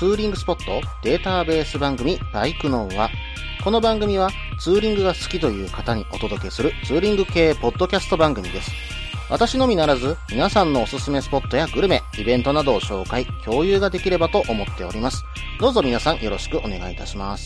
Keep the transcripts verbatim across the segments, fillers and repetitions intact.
ツーリングスポットデータベース番組バイクノーは、この番組はツーリングが好きという方にお届けするツーリング系ポッドキャスト番組です。私のみならず皆さんのおすすめスポットやグルメ、イベントなどを紹介、共有ができればと思っております。どうぞ皆さんよろしくお願いいたします。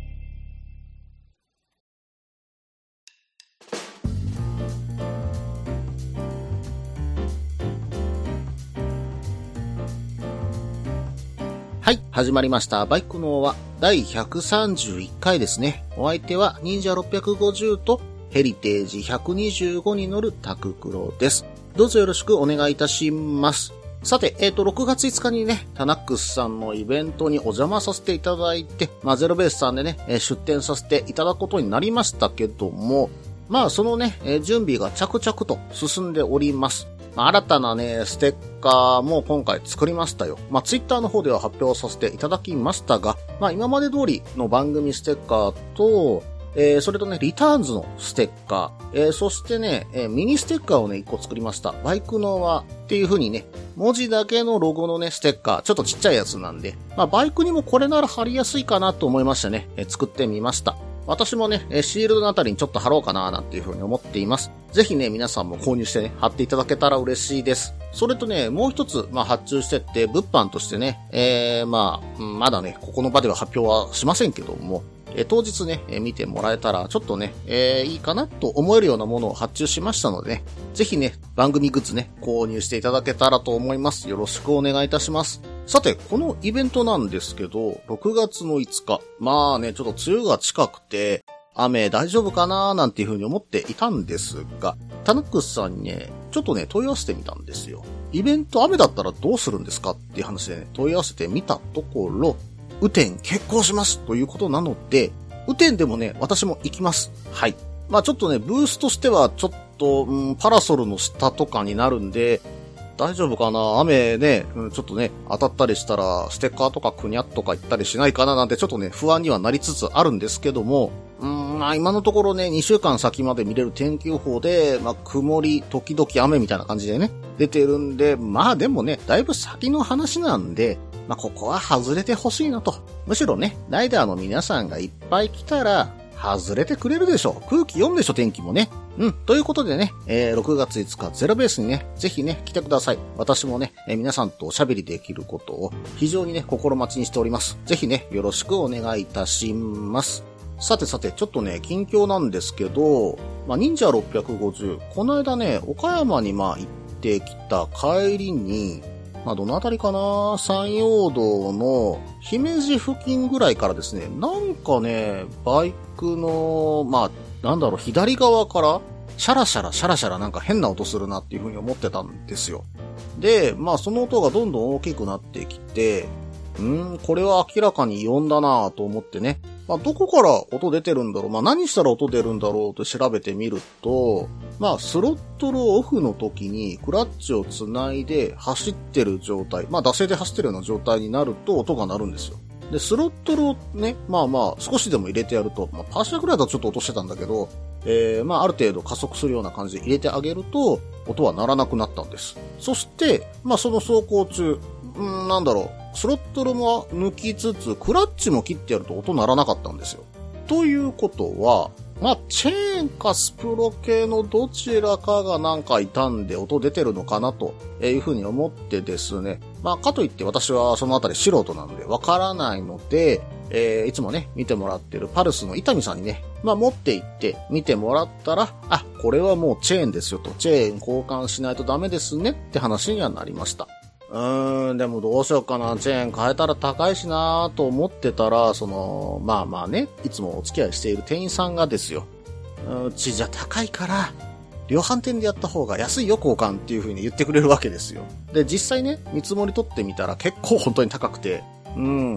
はい、始まりました。バイクノーはだいひゃくさんじゅういっかいですね。お相手は忍者ろっぴゃくごじゅうとヘリテージひゃくにじゅうごに乗るタククロです。どうぞよろしくお願いいたします。さて、えっと、ろくがついつかにね、タナックスさんのイベントにお邪魔させていただいて、まあ、ゼロベースさんでね、出展させていただくことになりましたけども、まあ、そのね、準備が着々と進んでおります。新たなね、ステッカーも今回作りましたよ。まあ、ツイッターの方では発表させていただきましたが、まあ、今まで通りの番組ステッカーと、えー、それとね、リターンズのステッカー、えー、そしてね、えー、ミニステッカーをね、いっこ作りました。バイクノアっていう風にね、文字だけのロゴのね、ステッカー、ちょっとちっちゃいやつなんで、まあ、バイクにもこれなら貼りやすいかなと思いましてね、えー、作ってみました。私もね、シールドのあたりにちょっと貼ろうかななんていう風に思っています。ぜひね、皆さんも購入してね、貼っていただけたら嬉しいです。それとね、もう一つ、まあ、発注してって、物販としてね、えー、まあ、まだね、ここの場では発表はしませんけども、え当日ね、え見てもらえたら、ちょっとね、えー、いいかなと思えるようなものを発注しましたのでね、ぜひね、番組グッズね、購入していただけたらと思います。よろしくお願いいたします。さて、このイベントなんですけど、ろくがつのいつか、まあね、ちょっと梅雨が近くて、雨大丈夫かななんていう風に思っていたんですが、タナックスさんにね、ちょっとね、問い合わせてみたんですよ。イベント雨だったらどうするんですかっていう話でね、問い合わせてみたところ、雨天決行しますということなので、雨天でもね、私も行きます。はい。まあちょっとね、ブースとしてはちょっと、うん、パラソルの下とかになるんで、大丈夫かな雨ね、うん、ちょっとね、当たったりしたら、ステッカーとかクニャッとか言ったりしないかななんてちょっとね、不安にはなりつつあるんですけども、うーん、まあ今のところね、にしゅうかん先まで見れる天気予報で、まあ曇り、時々雨みたいな感じでね、出てるんで、まあでもね、だいぶ先の話なんで、まあここは外れてほしいなと。むしろね、ライダーの皆さんがいっぱい来たら、外れてくれるでしょ。空気読むでしょ、天気もね。うん。ということでね、えー、ろくがついつかゼロベースにね、ぜひね、来てください。私もね、えー、皆さんとおしゃべりできることを非常にね、心待ちにしております。ぜひね、よろしくお願いいたします。さてさて、ちょっとね、近況なんですけど、まあ、忍者ろっぴゃくごじゅう、この間ね、岡山にまあ行ってきた帰りに、まあ、どのあたりかな、山陽道の姫路付近ぐらいからですね、なんかね、バイクの、まあ、なんだろう、左側から、シャラシャラシャラシャラなんか変な音するなっていう風に思ってたんですよ。で、まあその音がどんどん大きくなってきて、うーん、これは明らかに異音だなぁと思ってね、まあどこから音出てるんだろう、まあ何したら音出るんだろうと調べてみると、まあスロットルオフの時にクラッチをつないで走ってる状態、まあ惰性で走ってるような状態になると音が鳴るんですよ。で、スロットルをね、まあまあ、少しでも入れてやると、まあ、パーシャぐらいだとちょっと落としてたんだけど、えー、まあ、ある程度加速するような感じで入れてあげると、音は鳴らなくなったんです。そして、まあ、その走行中、うーん、なんだろう、スロットルも抜きつつ、クラッチも切ってやると音鳴らなかったんですよ。ということは、まあ、チェーンかスプロ系のどちらかがなんか傷んで音出てるのかなというふうに思ってですね。まあ、かといって私はそのあたり素人なのでわからないので、えー、いつもね、見てもらってるパルスの伊丹さんにね、まあ、持って行って見てもらったら、あ、これはもうチェーンですよと、チェーン交換しないとダメですねって話にはなりました。うーん、でもどうしようかな、チェーン変えたら高いしなーと思ってたら、その、まあまあね、いつもお付き合いしている店員さんがですよ、うちじゃ高いから、量販店でやった方が安いよ交換っていう風に言ってくれるわけですよ。で、実際ね、見積もり取ってみたら結構本当に高くて、うん。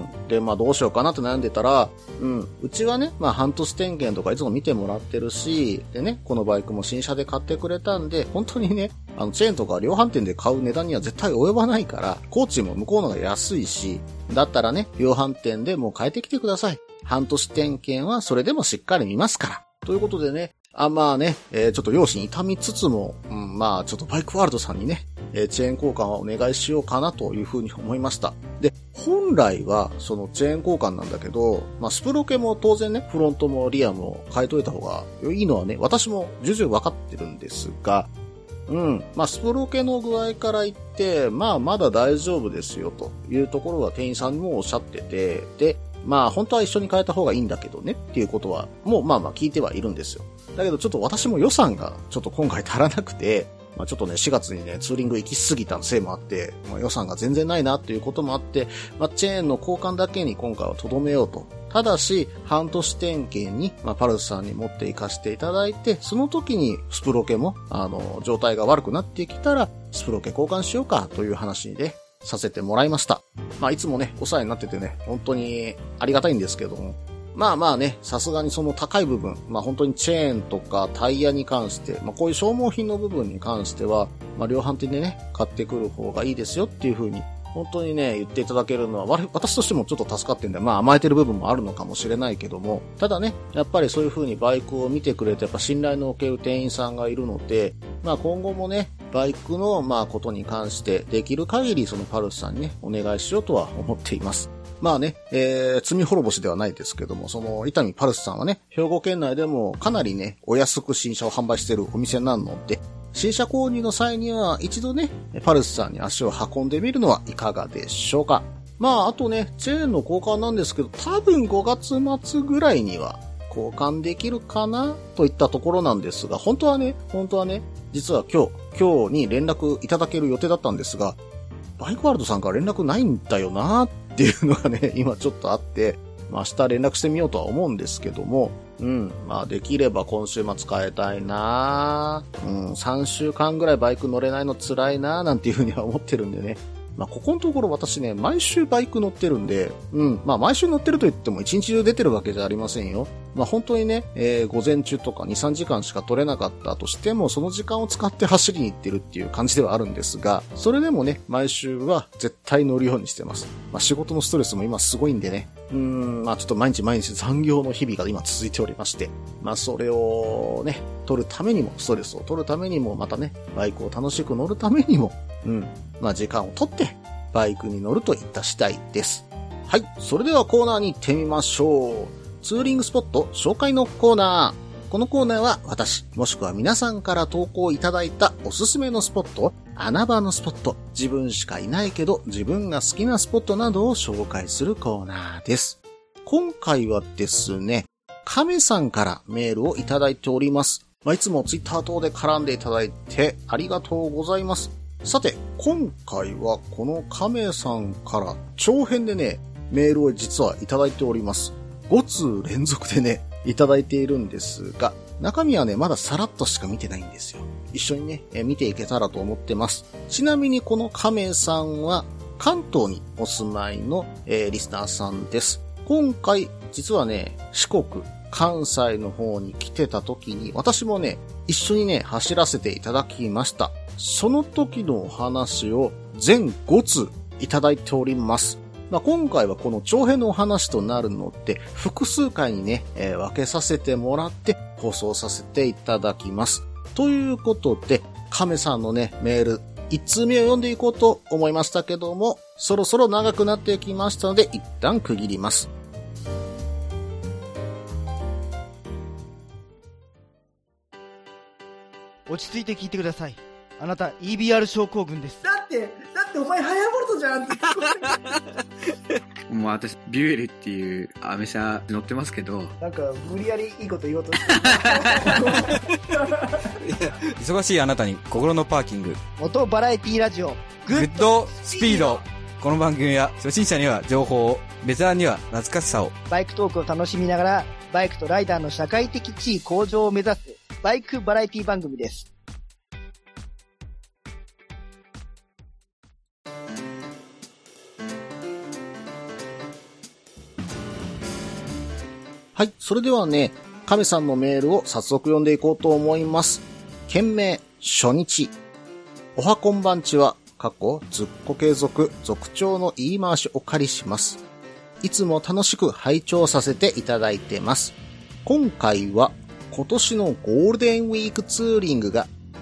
で、まあどうしようかなって悩んでたら、うん。うちはね、まあ半年点検とかいつも見てもらってるし、でね、このバイクも新車で買ってくれたんで、本当にね、あの、チェーンとか量販店で買う値段には絶対及ばないから、工賃も向こうのが安いし、だったらね、量販店でもう変えてきてください。半年点検はそれでもしっかり見ますから。ということでね、あ、まあね、えー、ちょっと容姿に痛みつつも、うん、まあちょっとバイクワールドさんにね、 えー、チェーン交換はお願いしようかなというふうに思いました。で、本来はそのチェーン交換なんだけど、まあスプロケも当然ね、フロントもリアも変えといた方がいいのはね、私も重々分かってるんですが、うん。まあ、スプロケの具合から言って、まあ、まだ大丈夫ですよ、というところは店員さんにもおっしゃってて、で、まあ、本当は一緒に変えた方がいいんだけどね、っていうことは、もうまあまあ聞いてはいるんですよ。だけど、ちょっと私も予算がちょっと今回足らなくて、まあちょっとね、しがつにね、ツーリング行き過ぎたせいもあって、まあ、予算が全然ないなっていうこともあって、まあチェーンの交換だけに今回は留めようと。ただし、半年点検に、まあパルスさんに持って行かせていただいて、その時にスプロケも、あの、状態が悪くなってきたら、スプロケ交換しようかという話で、ね、させてもらいました。まあいつもね、お世話になっててね、本当にありがたいんですけども、まあまあね、さすがにその高い部分、まあ本当にチェーンとかタイヤに関して、まあこういう消耗品の部分に関しては、まあ量販店でね、買ってくる方がいいですよっていう風に、本当にね、言っていただけるのは、私としてもちょっと助かってんで、まあ甘えてる部分もあるのかもしれないけども、ただね、やっぱりそういう風にバイクを見てくれて、やっぱ信頼のおける店員さんがいるので、まあ今後もね、バイクのまあことに関してできる限りそのパルスさんにね、お願いしようとは思っています。まあね、えー、罪滅ぼしではないですけども、その、伊丹パルスさんはね、兵庫県内でもかなりね、お安く新車を販売しているお店なので、新車購入の際には一度ね、パルスさんに足を運んでみるのはいかがでしょうか。まあ、あとね、チェーンの交換なんですけど、多分ごがつ末ぐらいには交換できるかなといったところなんですが、本当はね、本当はね、実は今日、今日に連絡いただける予定だったんですが、バイクワールドさんから連絡ないんだよなーっていうのがね、今ちょっとあって、まあ明日連絡してみようとは思うんですけども、うん、まあできれば今週末変えたいなー、うん、さんしゅうかんぐらいバイク乗れないの辛いなーなんていうふうには思ってるんでね、まあここのところ私ね、毎週バイク乗ってるんで、うん、まあ毎週乗ってると言っても一日中出てるわけじゃありませんよ。まあ本当にね、えー、午前中とかに、さんじかんしか取れなかったとしても、その時間を使って走りに行ってるっていう感じではあるんですが、それでもね、毎週は絶対乗るようにしてます。まあ仕事のストレスも今すごいんでね、うーん、まあちょっと毎日毎日残業の日々が今続いておりまして、まあそれをね、取るためにも、ストレスを取るためにも、またね、バイクを楽しく乗るためにも、うん、まあ時間を取って、バイクに乗るといった次第です。はい、それではコーナーに行ってみましょう。ツーリングスポット紹介のコーナー。このコーナーは私、もしくは皆さんから投稿いただいたおすすめのスポット、穴場のスポット、自分しかいないけど自分が好きなスポットなどを紹介するコーナーです。今回はですね、亀さんからメールをいただいております。まあ、いつもツイッター等で絡んでいただいてありがとうございます。さて、今回はこの亀さんから長編でね、メールを実はいただいております。ごつう連続でね、いただいているんですが、中身はね、まださらっとしか見てないんですよ。一緒にね、え見ていけたらと思ってます。ちなみにこの亀さんは、関東にお住まいの、えー、リスナーさんです。今回、実はね、四国、関西の方に来てた時に、私もね、一緒にね、走らせていただきました。その時のお話を全ごついただいております。まあ、今回はこの長編のお話となるので、複数回にね、えー、分けさせてもらって放送させていただきます。ということで、亀さんのね、メール、一通目を読んでいこうと思いましたけども、そろそろ長くなってきましたので、一旦区切ります。 落ち着いて聞いてください。あなた イービーアール 症候群です。 だってだってお前ハヤボルトじゃんってもう私ビュエルっていうアメ車乗ってますけど、 なんか無理やりいいこと言おうとして忙しいあなたに心のパーキング、 元バラエティラジオグッドスピード。この番組は初心者には情報を、ベテランには懐かしさを、 バイクトークを楽しみながらバイクとライダーの社会的地位向上を目指すバイクバラエティ番組です。 はい。それではね、亀さんのメールを早速読んでいこうと思います。件名、初日。おはこんばんちは、過去、ずっこ継続、続調の言い回しお借りします。いつも楽しく拝聴させていただいてます。今回は、今年のゴールデンウィークツーリングが、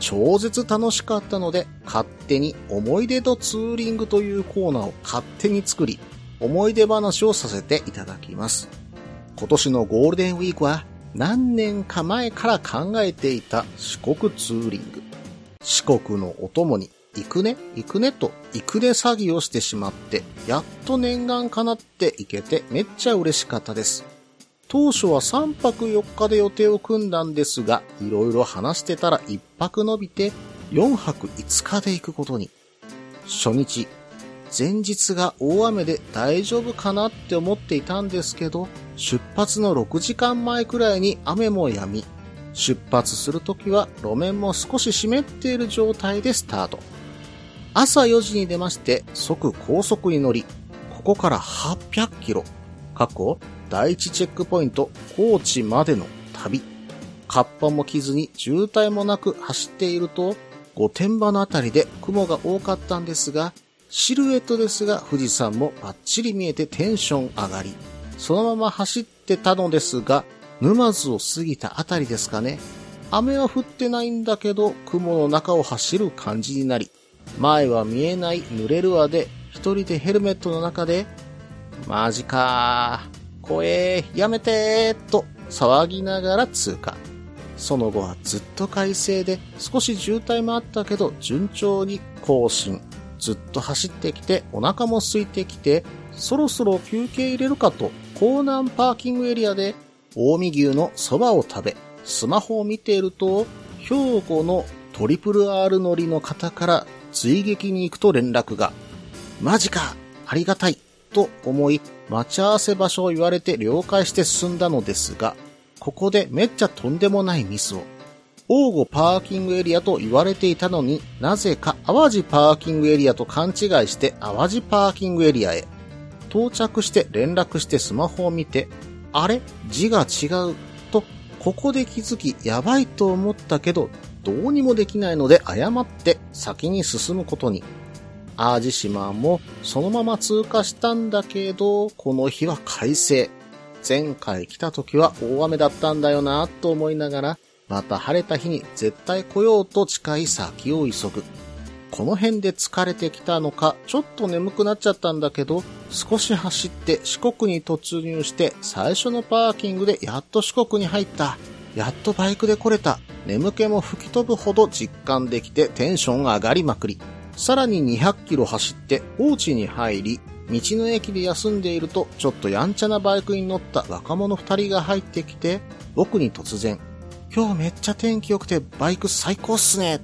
超絶楽しかったので、勝手に思い出とツーリングというコーナーを勝手に作り、思い出話をさせていただきます。今年のゴールデンウィークは何年か前から考えていた四国ツーリング。四国のお供に行くね行くねと行くね詐欺をしてしまって、やっと念願叶って行けてめっちゃ嬉しかったです。当初はさんぱくよっかで予定を組んだんですが、いろいろ話してたらいっぱく伸びてよんはくいつかで行くことに。初日、前日が大雨で大丈夫かなって思っていたんですけど、出発のろくじかんまえくらいに雨も止み、出発するときは路面も少し湿っている状態でスタート。朝よじに出まして即高速に乗り、ここからはっぴゃくキロ、過去第一チェックポイント高知までの旅。カッパも着ずに渋滞もなく走っていると、御殿場のあたりで雲が多かったんですが、シルエットですが富士山もバッチリ見えてテンション上がり、そのまま走ってたのですが、沼津を過ぎたあたりですかね。雨は降ってないんだけど、雲の中を走る感じになり、前は見えない濡れるわで、一人でヘルメットの中で、マジかー。怖えー、やめてーと騒ぎながら通過。その後はずっと快晴で少し渋滞もあったけど順調に更新。ずっと走ってきてお腹も空いてきて、そろそろ休憩入れるかと港南パーキングエリアで近江牛のそばを食べ、スマホを見ていると兵庫のトリプル R 乗りの方から追撃に行くと連絡が。マジか、ありがたいと思い、待ち合わせ場所を言われて了解して進んだのですが、ここでめっちゃとんでもないミスを。大御パーキングエリアと言われていたのに、なぜか淡路パーキングエリアと勘違いして淡路パーキングエリアへ。到着して連絡してスマホを見て、あれ?字が違う。と、ここで気づきやばいと思ったけど、どうにもできないので謝って先に進むことに。淡路島もそのまま通過したんだけど、この日は快晴。前回来た時は大雨だったんだよなと思いながら、また晴れた日に絶対来ようと誓い先を急ぐ。この辺で疲れてきたのか、ちょっと眠くなっちゃったんだけど、少し走って四国に突入して最初のパーキングでやっと四国に入った。やっとバイクで来れた。眠気も吹き飛ぶほど実感できてテンション上がりまくり。さらににひゃくキロ走って高知に入り、道の駅で休んでいるとちょっとやんちゃなバイクに乗った若者二人が入ってきて、僕に突然、今日めっちゃ天気良くてバイク最高っすねって、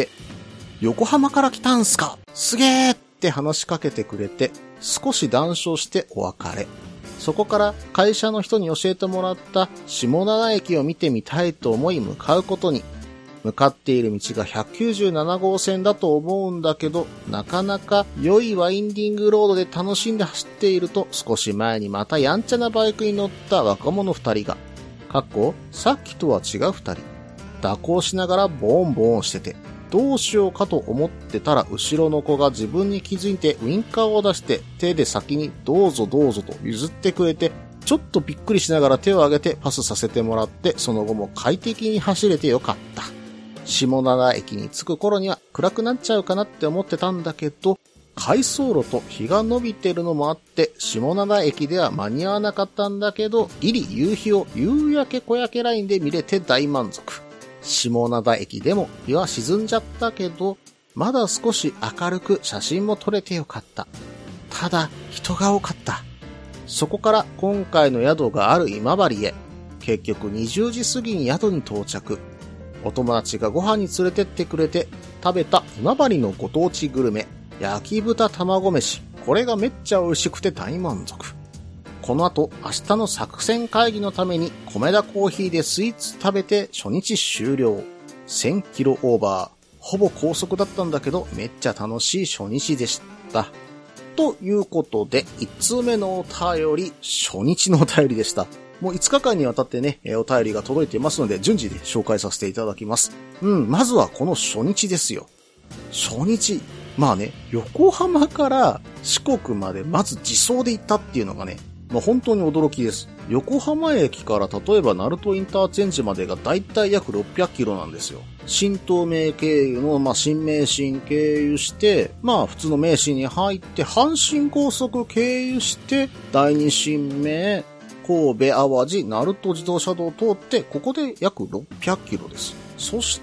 横浜から来たんすか?すげーって話しかけてくれて、少し談笑してお別れ。そこから会社の人に教えてもらった下灘駅を見てみたいと思い向かうことに。向かっている道がひゃくきゅうじゅうななごうせんだと思うんだけど、なかなか良いワインディングロードで楽しんで走っていると、少し前にまたやんちゃなバイクに乗った若者二人が、かっこさっきとは違う二人、蛇行しながらボーンボーンしてて、どうしようかと思ってたら後ろの子が自分に気づいてウインカーを出して手で先にどうぞどうぞと譲ってくれて、ちょっとびっくりしながら手を挙げてパスさせてもらって、その後も快適に走れてよかった。下灘駅に着く頃には暗くなっちゃうかなって思ってたんだけど、回送路と日が伸びてるのもあって下灘駅では間に合わなかったんだけど、ギリ夕日を夕焼け小焼けラインで見れて大満足。下灘駅でも日は沈んじゃったけど、まだ少し明るく写真も撮れてよかった。ただ人が多かった。そこから今回の宿がある今治へ。結局にじゅうじ過ぎに宿に到着。お友達がご飯に連れてってくれて食べた今治のご当地グルメ、焼き豚卵飯。これがめっちゃ美味しくて大満足。この後、明日の作戦会議のために米田コーヒーでスイーツ食べて初日終了。せんキロオーバー。ほぼ高速だったんだけど、めっちゃ楽しい初日でした。ということで、いちつうめのお便り、初日のお便りでした。もういつかかんにわたってね、お便りが届いていますので、順次で紹介させていただきます。うん、まずはこの初日ですよ。初日。まあね、横浜から四国までまず自走で行ったっていうのがね、 まあ、本当に驚きです。横浜駅から例えば鳴門インターチェンジまでがだいたい約ろっぴゃくキロなんですよ。新東名経由の、まあ、新名神経由して、まあ、普通の名神に入って、阪神高速経由して、第二新名、神戸淡路、鳴門自動車道を通って、ここで約ろっぴゃくキロです。そして、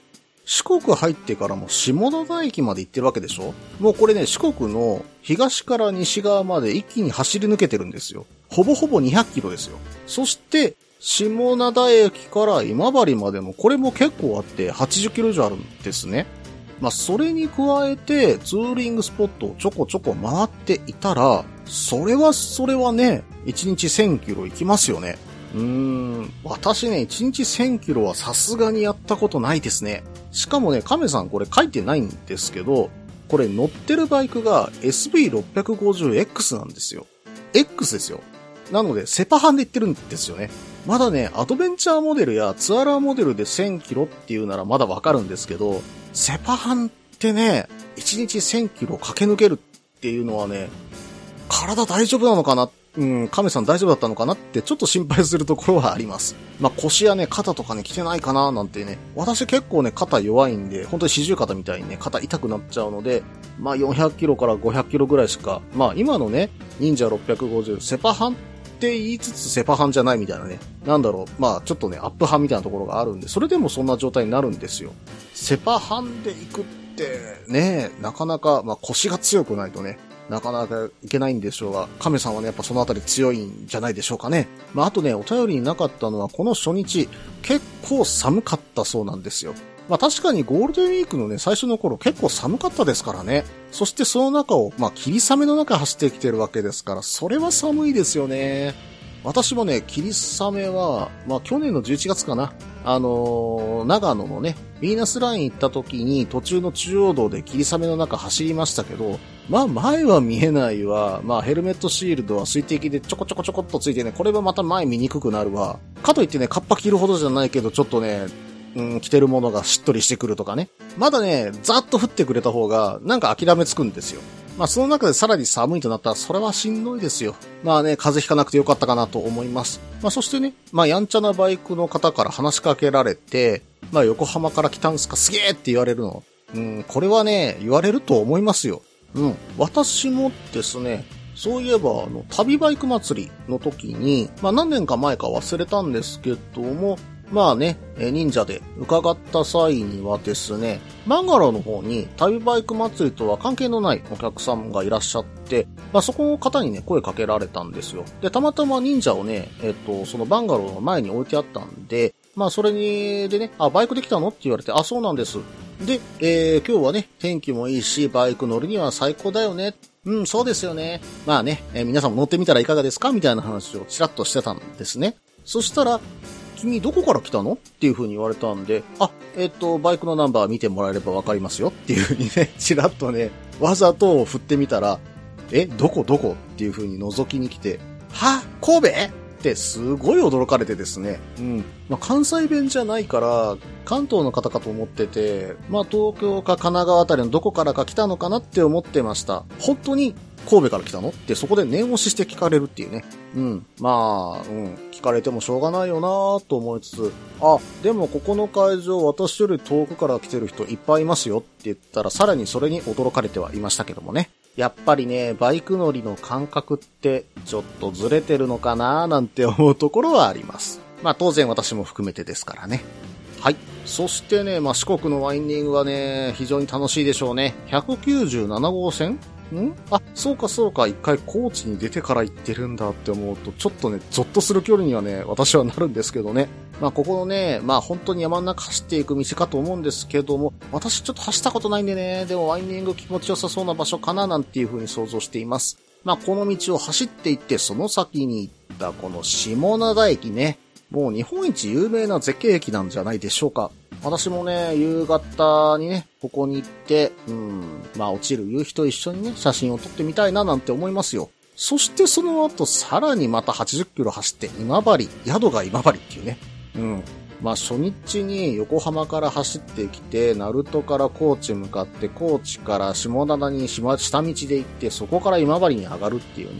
四国入ってからも下田駅まで行ってるわけでしょ？もうこれね、四国の東から西側まで一気に走り抜けてるんですよ。ほぼほぼにひゃくキロですよ。そして、下灘駅から今治までもこれも結構あってはちじゅっキロ以上あるんですね。まあ、それに加えてツーリングスポットをちょこちょこ回っていたら、それはそれはね、いちにちせんキロ行きますよね。うーん、私ね、いちにちせんキロはさすがにやったことないですね。しかもね、亀さんこれ書いてないんですけど、これ乗ってるバイクが エスビーろっぴゃくごじゅうエックス なんですよ。X ですよ。なので、セパハンで行ってるんですよね。まだね、アドベンチャーモデルやツアラーモデルでせんキロっていうならまだわかるんですけど、セパハンってね、いちにちせんキロ駆け抜けるっていうのはね、体大丈夫なのかな、うん、亀さん大丈夫だったのかなってちょっと心配するところはあります。まあ、腰やね、肩とかね、来てないかななんてね、私結構ね、肩弱いんで、本当に四十肩みたいにね、肩痛くなっちゃうので、まあ、よんひゃくキロからごひゃくキロぐらいしか、まあ、今のね、忍者ろっぴゃくごじゅう、セパハンって言いつつセパハンじゃないみたいなね、なんだろう、まあ、ちょっとね、アップハンみたいなところがあるんで、それでもそんな状態になるんですよ。セパハンで行くってね、なかなか、まあ、腰が強くないとね、なかなかいけないんでしょうが、亀さんはね、やっぱそのあたり強いんじゃないでしょうかね。まあ、あとね、お便りになかったのは、この初日、結構寒かったそうなんですよ。まあ、確かにゴールデンウィークのね、最初の頃結構寒かったですからね。そしてその中を、まあ、霧雨の中走ってきてるわけですから、それは寒いですよね。私もね、霧雨は、まあ、去年のじゅういちがつかな。あのー、長野のね、ヴィーナスライン行った時に途中の中央道で霧雨の中走りましたけど、まあ前は見えないわ。まあヘルメットシールドは水滴でちょこちょこちょこっとついてね、これはまた前見にくくなるわ。かといってね、カッパ着るほどじゃないけど、ちょっとね、うん、着てるものがしっとりしてくるとかね。まだね、ざっと降ってくれた方が、なんか諦めつくんですよ。まあその中でさらに寒いとなったら、それはしんどいですよ。まあね、風邪ひかなくてよかったかなと思います。まあそしてね、まあやんちゃなバイクの方から話しかけられて、まあ横浜から来たんすかすげーって言われるの。うん、これはね、言われると思いますよ。うん、私もですね、そういえば、あの、旅バイク祭りの時に、まあ何年か前か忘れたんですけども、まあね、忍者で伺った際にはですね、マンガローの方に旅バイク祭りとは関係のないお客さんがいらっしゃって、まあそこの方にね、声かけられたんですよ。で、たまたま忍者をね、えっと、そのバンガローの前に置いてあったんで、まあそれに、でね、あ、バイクできたのって言われて、あ、そうなんです。で、えー、今日はね、天気もいいし、バイク乗るには最高だよね。うん、そうですよね。まあね、えー、皆さんも乗ってみたらいかがですかみたいな話をちらっとしてたんですね。そしたら、君どこから来たのっていう風に言われたんで、あ、えっと、バイクのナンバー見てもらえればわかりますよっていう風にね、ちらっとね、わざと振ってみたら、え、どこどこっていう風に覗きに来て、は？神戸？ってすごい驚かれてですね。うん。まあ、関西弁じゃないから、関東の方かと思ってて、まあ、東京か神奈川あたりのどこからか来たのかなって思ってました。本当に神戸から来たのってそこで念押しして聞かれるっていうね。うん。まあ、うん。聞かれてもしょうがないよなぁと思いつつ、あ、でもここの会場私より遠くから来てる人いっぱいいますよって言ったらさらにそれに驚かれてはいましたけどもね。やっぱりね、バイク乗りの感覚ってちょっとずれてるのかなぁなんて思うところはあります。まあ当然私も含めてですからね。はい。そしてね、まあ四国のワインディングはね、非常に楽しいでしょうね。ひゃくきゅうじゅうなな号線んあ、そうかそうか、一回高知に出てから行ってるんだって思うと、ちょっとね、ゾッとする距離にはね、私はなるんですけどね。まあ、ここのね、まあ本当に山の中走っていく道かと思うんですけども、私ちょっと走ったことないんでね、でもワインディング気持ちよさそうな場所かななんていう風に想像しています。まあ、この道を走っていって、その先に行ったこの下灘駅ね、もう日本一有名な絶景駅なんじゃないでしょうか。私もね、夕方にね、ここに行って、うん、まあ落ちる夕日と一緒にね、写真を撮ってみたいななんて思いますよ。そしてその後、さらにまたはちじゅっキロ走って、今治、宿が今治っていうね。うん。まあ初日に横浜から走ってきて、鳴門から高知向かって、高知から下灘に下道で行って、そこから今治に上がるっていうね。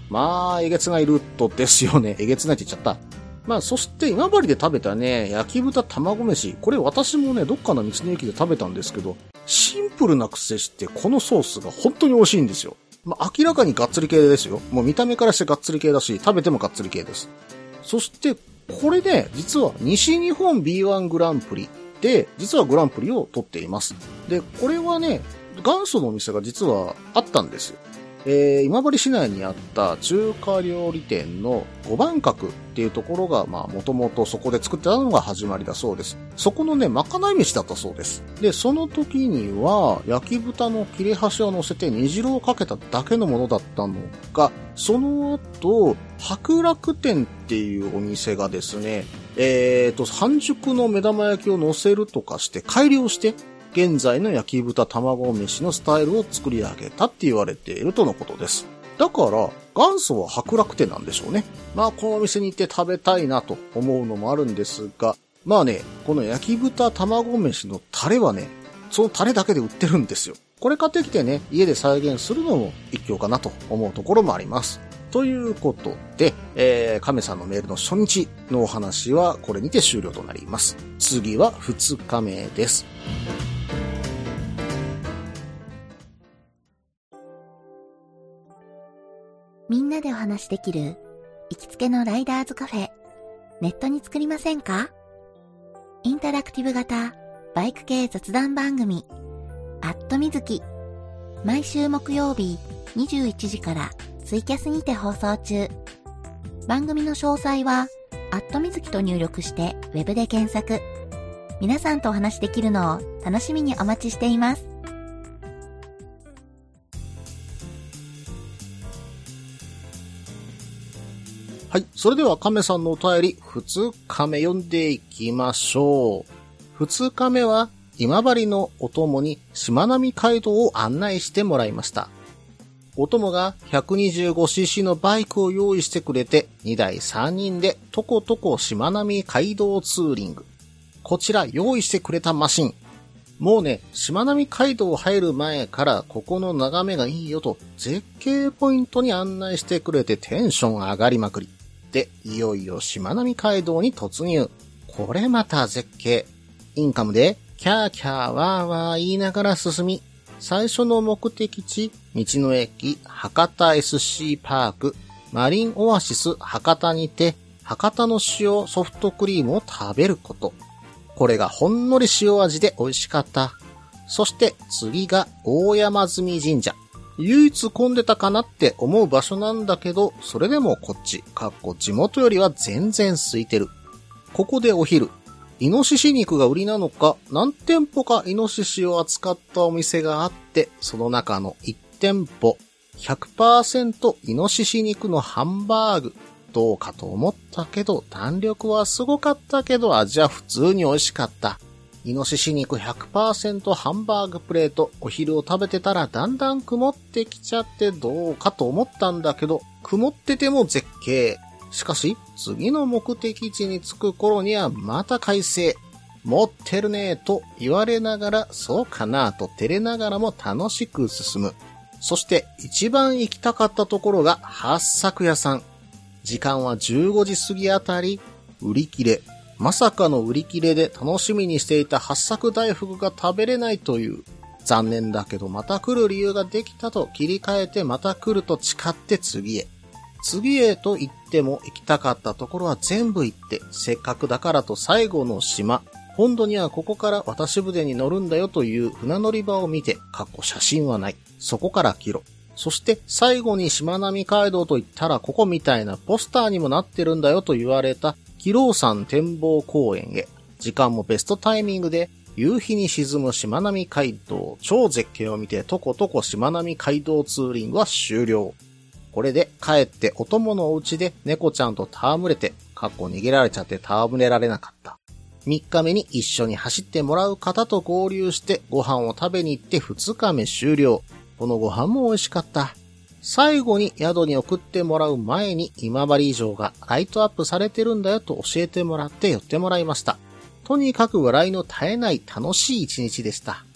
まあ、えげつないルートですよね。えげつないって言っちゃった。まあ、そして今治で食べたね、焼き豚卵飯。これ私もね、どっかの道の駅で食べたんですけど、シンプルなくせして、このソースが本当に美味しいんですよ。まあ、明らかにガッツリ系ですよ。もう見た目からしてガッツリ系だし、食べてもガッツリ系です。そして、これね、実は西日本 ビーワン グランプリで、実はグランプリを取っています。で、これはね、元祖のお店が実はあったんですよ。えー、今治市内にあった中華料理店の五番閣っていうところが、まあ、もともとそこで作ってたのが始まりだそうです。そこのね、まかない飯だったそうです。で、その時には、焼き豚の切れ端を乗せて煮汁をかけただけのものだったのが、その後、白楽店っていうお店がですね、えーと、半熟の目玉焼きを乗せるとかして改良して、現在の焼き豚卵飯のスタイルを作り上げたって言われているとのことです。だから、元祖は白楽店なんでしょうね。まあ、このお店に行って食べたいなと思うのもあるんですが、まあね、この焼き豚卵飯のタレはね、そのタレだけで売ってるんですよ。これ買ってきてね、家で再現するのも一興かなと思うところもあります。ということで、えー、亀さんのメールの初日のお話はこれにて終了となります。次はふつかめです。 みんなでお話しできる行きつけのライダーズカフェ、ネットに作りませんか？インタラクティブ型バイク系雑談番組、アットみずき。毎週木曜日にじゅういちじからツイキャスにて放送中。番組の詳細はアットみずきと入力してウェブで検索。皆さんとお話しできるのを楽しみにお待ちしています。 はい。それでは亀さんのお便り、ふつかめ読んでいきましょう。ふつかめは、今治のお供にしまなみ海道を案内してもらいました。お供が ひゃくにじゅうごシーシー のバイクを用意してくれて、にだいさんにんでとことこしまなみ海道ツーリング。こちら用意してくれたマシン。もうね、しまなみ海道入る前からここの眺めがいいよと絶景ポイントに案内してくれてテンション上がりまくり。で、いよいよしまなみ海道に突入。これまた絶景。インカムで、キャーキャーワーワー言いながら進み、最初の目的地、道の駅、博多 エスシー パーク、マリンオアシス博多にて、博多の塩ソフトクリームを食べること。これがほんのり塩味で美味しかった。そして次が大山積神社。唯一混んでたかなって思う場所なんだけど、それでもこっち、かっこ地元よりは全然空いてる。ここでお昼、イノシシ肉が売りなのか、何店舗かイノシシを扱ったお店があって、その中のいち店舗、ひゃくパーセント イノシシ肉のハンバーグ。どうかと思ったけど、弾力はすごかったけど、味は普通に美味しかった。イノシシ肉 ひゃくパーセント ハンバーグプレート、お昼を食べてたらだんだん曇ってきちゃってどうかと思ったんだけど、曇ってても絶景。しかし、次の目的地に着く頃にはまた快晴。持ってるねーと言われながら、そうかなと照れながらも楽しく進む。そして一番行きたかったところが八作屋さん。時間はじゅうごじ過ぎあたり、売り切れ。まさかの売り切れで楽しみにしていた八作大福が食べれないという。残念だけどまた来る理由ができたと切り替えてまた来ると誓って次へ。次へと言っても行きたかったところは全部行って、せっかくだからと最後の島。本土にはここから渡し船に乗るんだよという船乗り場を見て、かっこ写真はない。そこから帰路。そして最後にしまなみ海道と言ったらここみたいなポスターにもなってるんだよと言われた木郎山展望公園へ。時間もベストタイミングで夕日に沈むしまなみ海道超絶景を見てとことこしまなみ海道ツーリングは終了。これで帰ってお供のお家で猫ちゃんと戯れて、かっこ逃げられちゃって戯れられなかった。みっかめに一緒に走ってもらう方と合流してご飯を食べに行ってふつかめ終了。このご飯も美味しかった。最後に宿に送ってもらう前に今治城がライトアップされてるんだよと教えてもらって寄ってもらいました。とにかく笑いの絶えない楽しい一日でした。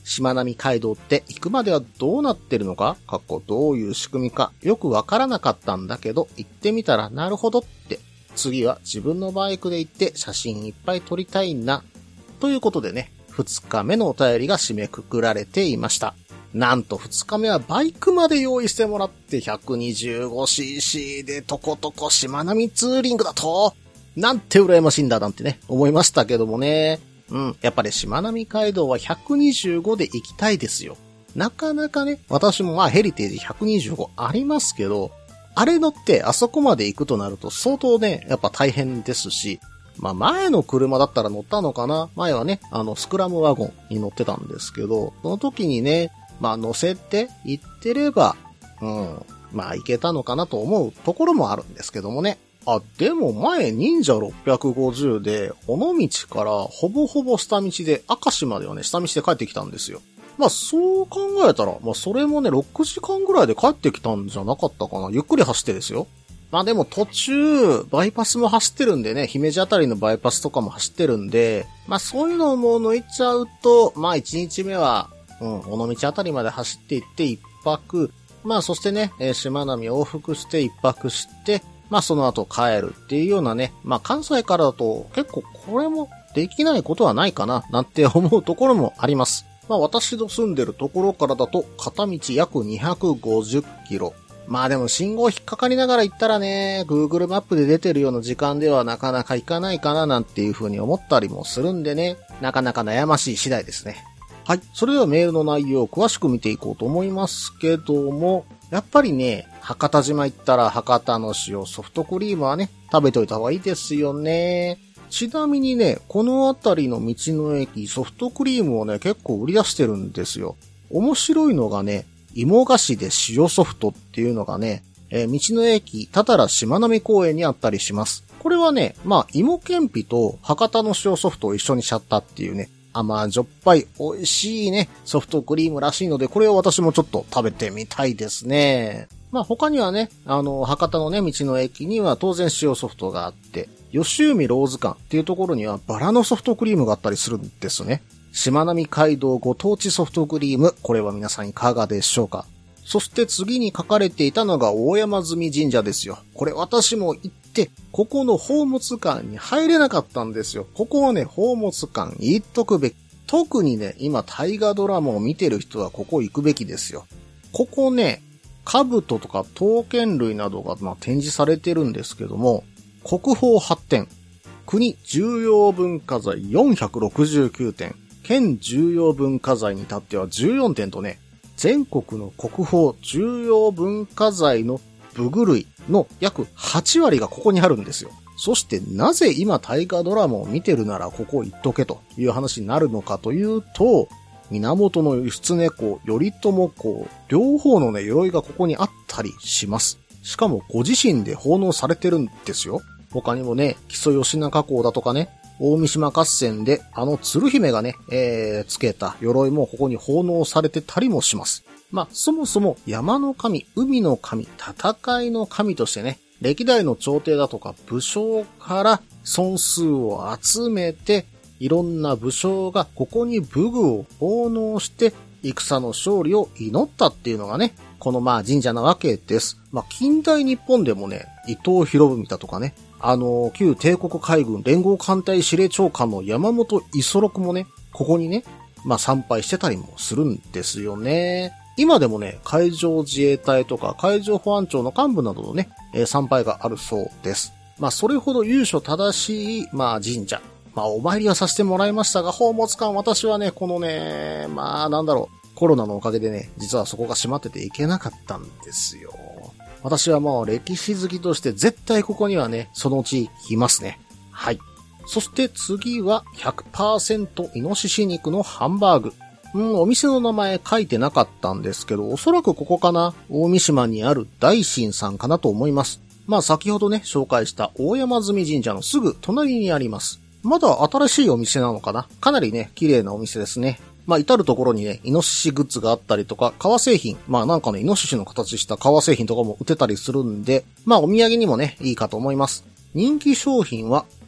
しまなみ海道って行くまではどうなってるのか、かっこどういう仕組みかよくわからなかったんだけど、行ってみたらなるほどって、次は自分のバイクで行って写真いっぱい撮りたいな。ということでね、ふつかめのお便りが締めくくられていました。なんとふつかめはバイクまで用意してもらって ひゃくにじゅうごシーシー でとことこしまなみツーリングだと、なんて羨ましいんだなんてね、思いましたけどもね。うん、やっぱりしまなみ海道はひゃくにじゅうごで行きたいですよ。なかなかね、私もまあヘリテージひゃくにじゅうごありますけど、あれ乗ってあそこまで行くとなると相当ね、やっぱ大変ですし、まあ前の車だったら乗ったのかな。前はね、あのスクラムワゴンに乗ってたんですけど、その時にね、まあ乗せて行ってれば、うん、まあ行けたのかなと思うところもあるんですけどもね。あ、でも前忍者ろっぴゃくごじゅうで、尾道からほぼほぼ下道で、明石まではね、下道で帰ってきたんですよ。まあそう考えたら、まあそれもね、ろくじかんぐらいで帰ってきたんじゃなかったかな。ゆっくり走ってですよ。まあでも途中、バイパスも走ってるんでね、姫路あたりのバイパスとかも走ってるんで、まあそういうのも抜いちゃうと、まあいちにちめは、うん、尾道あたりまで走っていって一泊、まあそしてね、えー、しまなみ往復して一泊して、まあその後帰るっていうようなね、まあ関西からだと結構これもできないことはないかな、なんて思うところもあります。まあ私の住んでるところからだと片道約にひゃくごじゅっキロ。まあでも信号引っかかりながら行ったらね、Google マップで出てるような時間ではなかなか行かないかななんていう風に思ったりもするんでね、なかなか悩ましい次第ですね。はい。それではメールの内容を詳しく見ていこうと思いますけども、やっぱりね、博多島行ったら博多の塩ソフトクリームはね、食べといた方がいいですよね。ちなみにね、この辺りの道の駅ソフトクリームをね、結構売り出してるんですよ。面白いのがね、芋菓子で塩ソフトっていうのがね、えー、道の駅たたらしまなみ公園にあったりします。これはね、まあ芋けんぴと博多の塩ソフトを一緒にしちゃったっていうね、甘じょっぱい美味しいね、ソフトクリームらしいので、これを私もちょっと食べてみたいですね。まあ他にはね、あの、博多のね、道の駅には当然塩ソフトがあって、吉海ローズ館っていうところにはバラのソフトクリームがあったりするんですね。しまなみ海道ご当地ソフトクリーム、これは皆さんいかがでしょうか。そして次に書かれていたのが大山積神社ですよ。これ私も行って、ここの宝物館に入れなかったんですよ。ここはね、宝物館行っとくべき。特にね、今大河ドラマを見てる人はここ行くべきですよ。ここね、兜とか刀剣類などがまあ展示されてるんですけども、国宝はってん、国重要文化財よんひゃくろくじゅうきゅうてん、県重要文化財に至ってはじゅうよんてんとね、全国の国宝重要文化財の武具類の約はちわりがここにあるんですよ。そしてなぜ今大河ドラマを見てるならここ行っとけという話になるのかというと、源義経公、頼朝公、両方のね、鎧がここにあったりします。しかもご自身で奉納されてるんですよ。他にもね、木曽義仲公だとかね、大三島合戦であの鶴姫がね、えー、つけた鎧もここに奉納されてたりもします。まあ、そもそも山の神、海の神、戦いの神としてね、歴代の朝廷だとか武将から孫数を集めて、いろんな武将がここに武具を奉納して戦の勝利を祈ったっていうのがね、このまあ神社なわけです。まあ近代日本でもね、伊藤博文だとかね、あの旧帝国海軍連合艦隊司令長官の山本五十六もね、ここにね、まあ参拝してたりもするんですよね。今でもね、海上自衛隊とか海上保安庁の幹部などのね、えー、参拝があるそうです。まあそれほど由緒正しい、まあ神社。まあお参りはさせてもらいましたが、宝物館私はね、このね、まあなんだろう、コロナのおかげでね、実はそこが閉まってて行けなかったんですよ。私はもう歴史好きとして絶対ここにはね、そのうち来ますね。はい。そして次は ひゃくパーセント イノシシ肉のハンバーグ。うん、お店の名前書いてなかったんですけど、おそらくここかな、大三島にある大神さんかなと思います。まあ先ほどね、紹介した大山積神社のすぐ隣にあります。まだ新しいお店なのかな？かなりね、綺麗なお店ですね。まあ至るところにね、イノシシグッズがあったりとか、革製品、まあなんかね、イノシシの形した革製品とかも売ってたりするんで、まあお土産にもね、いいかと思います。人気商品は、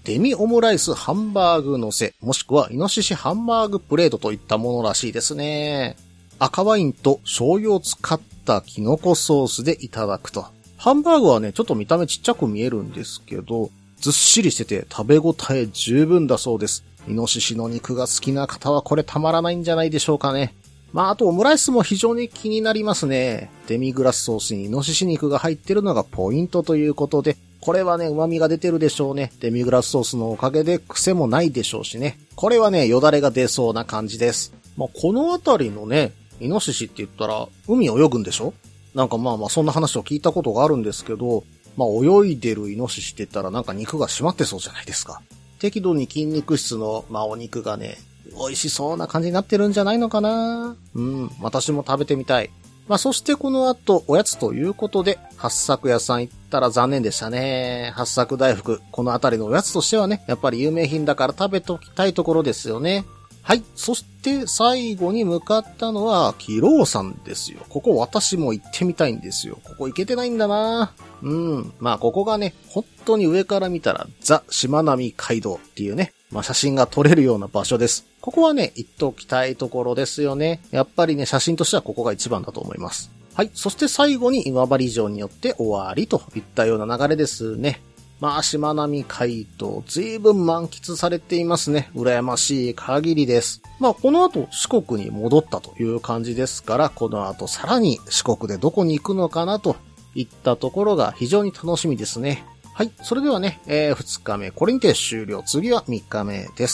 デミオムライスハンバーグ乗せ、もしくはイノシシハンバーグプレートといったものらしいですね。赤ワインと醤油を使ったキノコソースでいただくと。ハンバーグはね、ちょっと見た目ちっちゃく見えるんですけど、ずっしりしてて食べ応え十分だそうです。イノシシの肉が好きな方はこれたまらないんじゃないでしょうかね。まあ、あとオムライスも非常に気になりますね。デミグラスソースにイノシシ肉が入ってるのがポイントということで、これはね、旨味が出てるでしょうね。デミグラスソースのおかげで癖もないでしょうしね。これはね、よだれが出そうな感じです。まあ、このあたりのね、イノシシって言ったら、海泳ぐんでしょ？なんかまあまあそんな話を聞いたことがあるんですけど、まあ泳いでるイノシシって言ったらなんか肉が締まってそうじゃないですか。適度に筋肉質の、まあお肉がね、美味しそうな感じになってるんじゃないのかな。うん、私も食べてみたい。まあそしてこの後おやつということで、八作屋さん行ったら残念でしたね。八作大福、このあたりのおやつとしてはね、やっぱり有名品だから食べておきたいところですよね。はい。そして最後に向かったのは、キローさんですよ。ここ私も行ってみたいんですよ。ここ行けてないんだな。うん。まあここがね、本当に上から見たらザ・しまなみ海道っていうね、まあ写真が撮れるような場所です。ここはね、行っておきたいところですよね。やっぱりね、写真としてはここが一番だと思います。はい。そして最後に今治城によって終わりといったような流れですね。まあ、しまなみ海道、随分満喫されていますね。羨ましい限りです。まあ、この後四国に戻ったという感じですから、この後さらに四国でどこに行くのかなといったところが非常に楽しみですね。はい。それではね、えー、ふつかめ、これにて終了。次はみっかめです。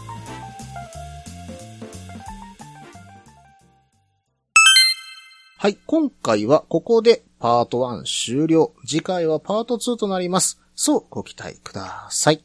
はい。今回はここでパートワン終了。次回はパートツーとなります。そうご期待ください。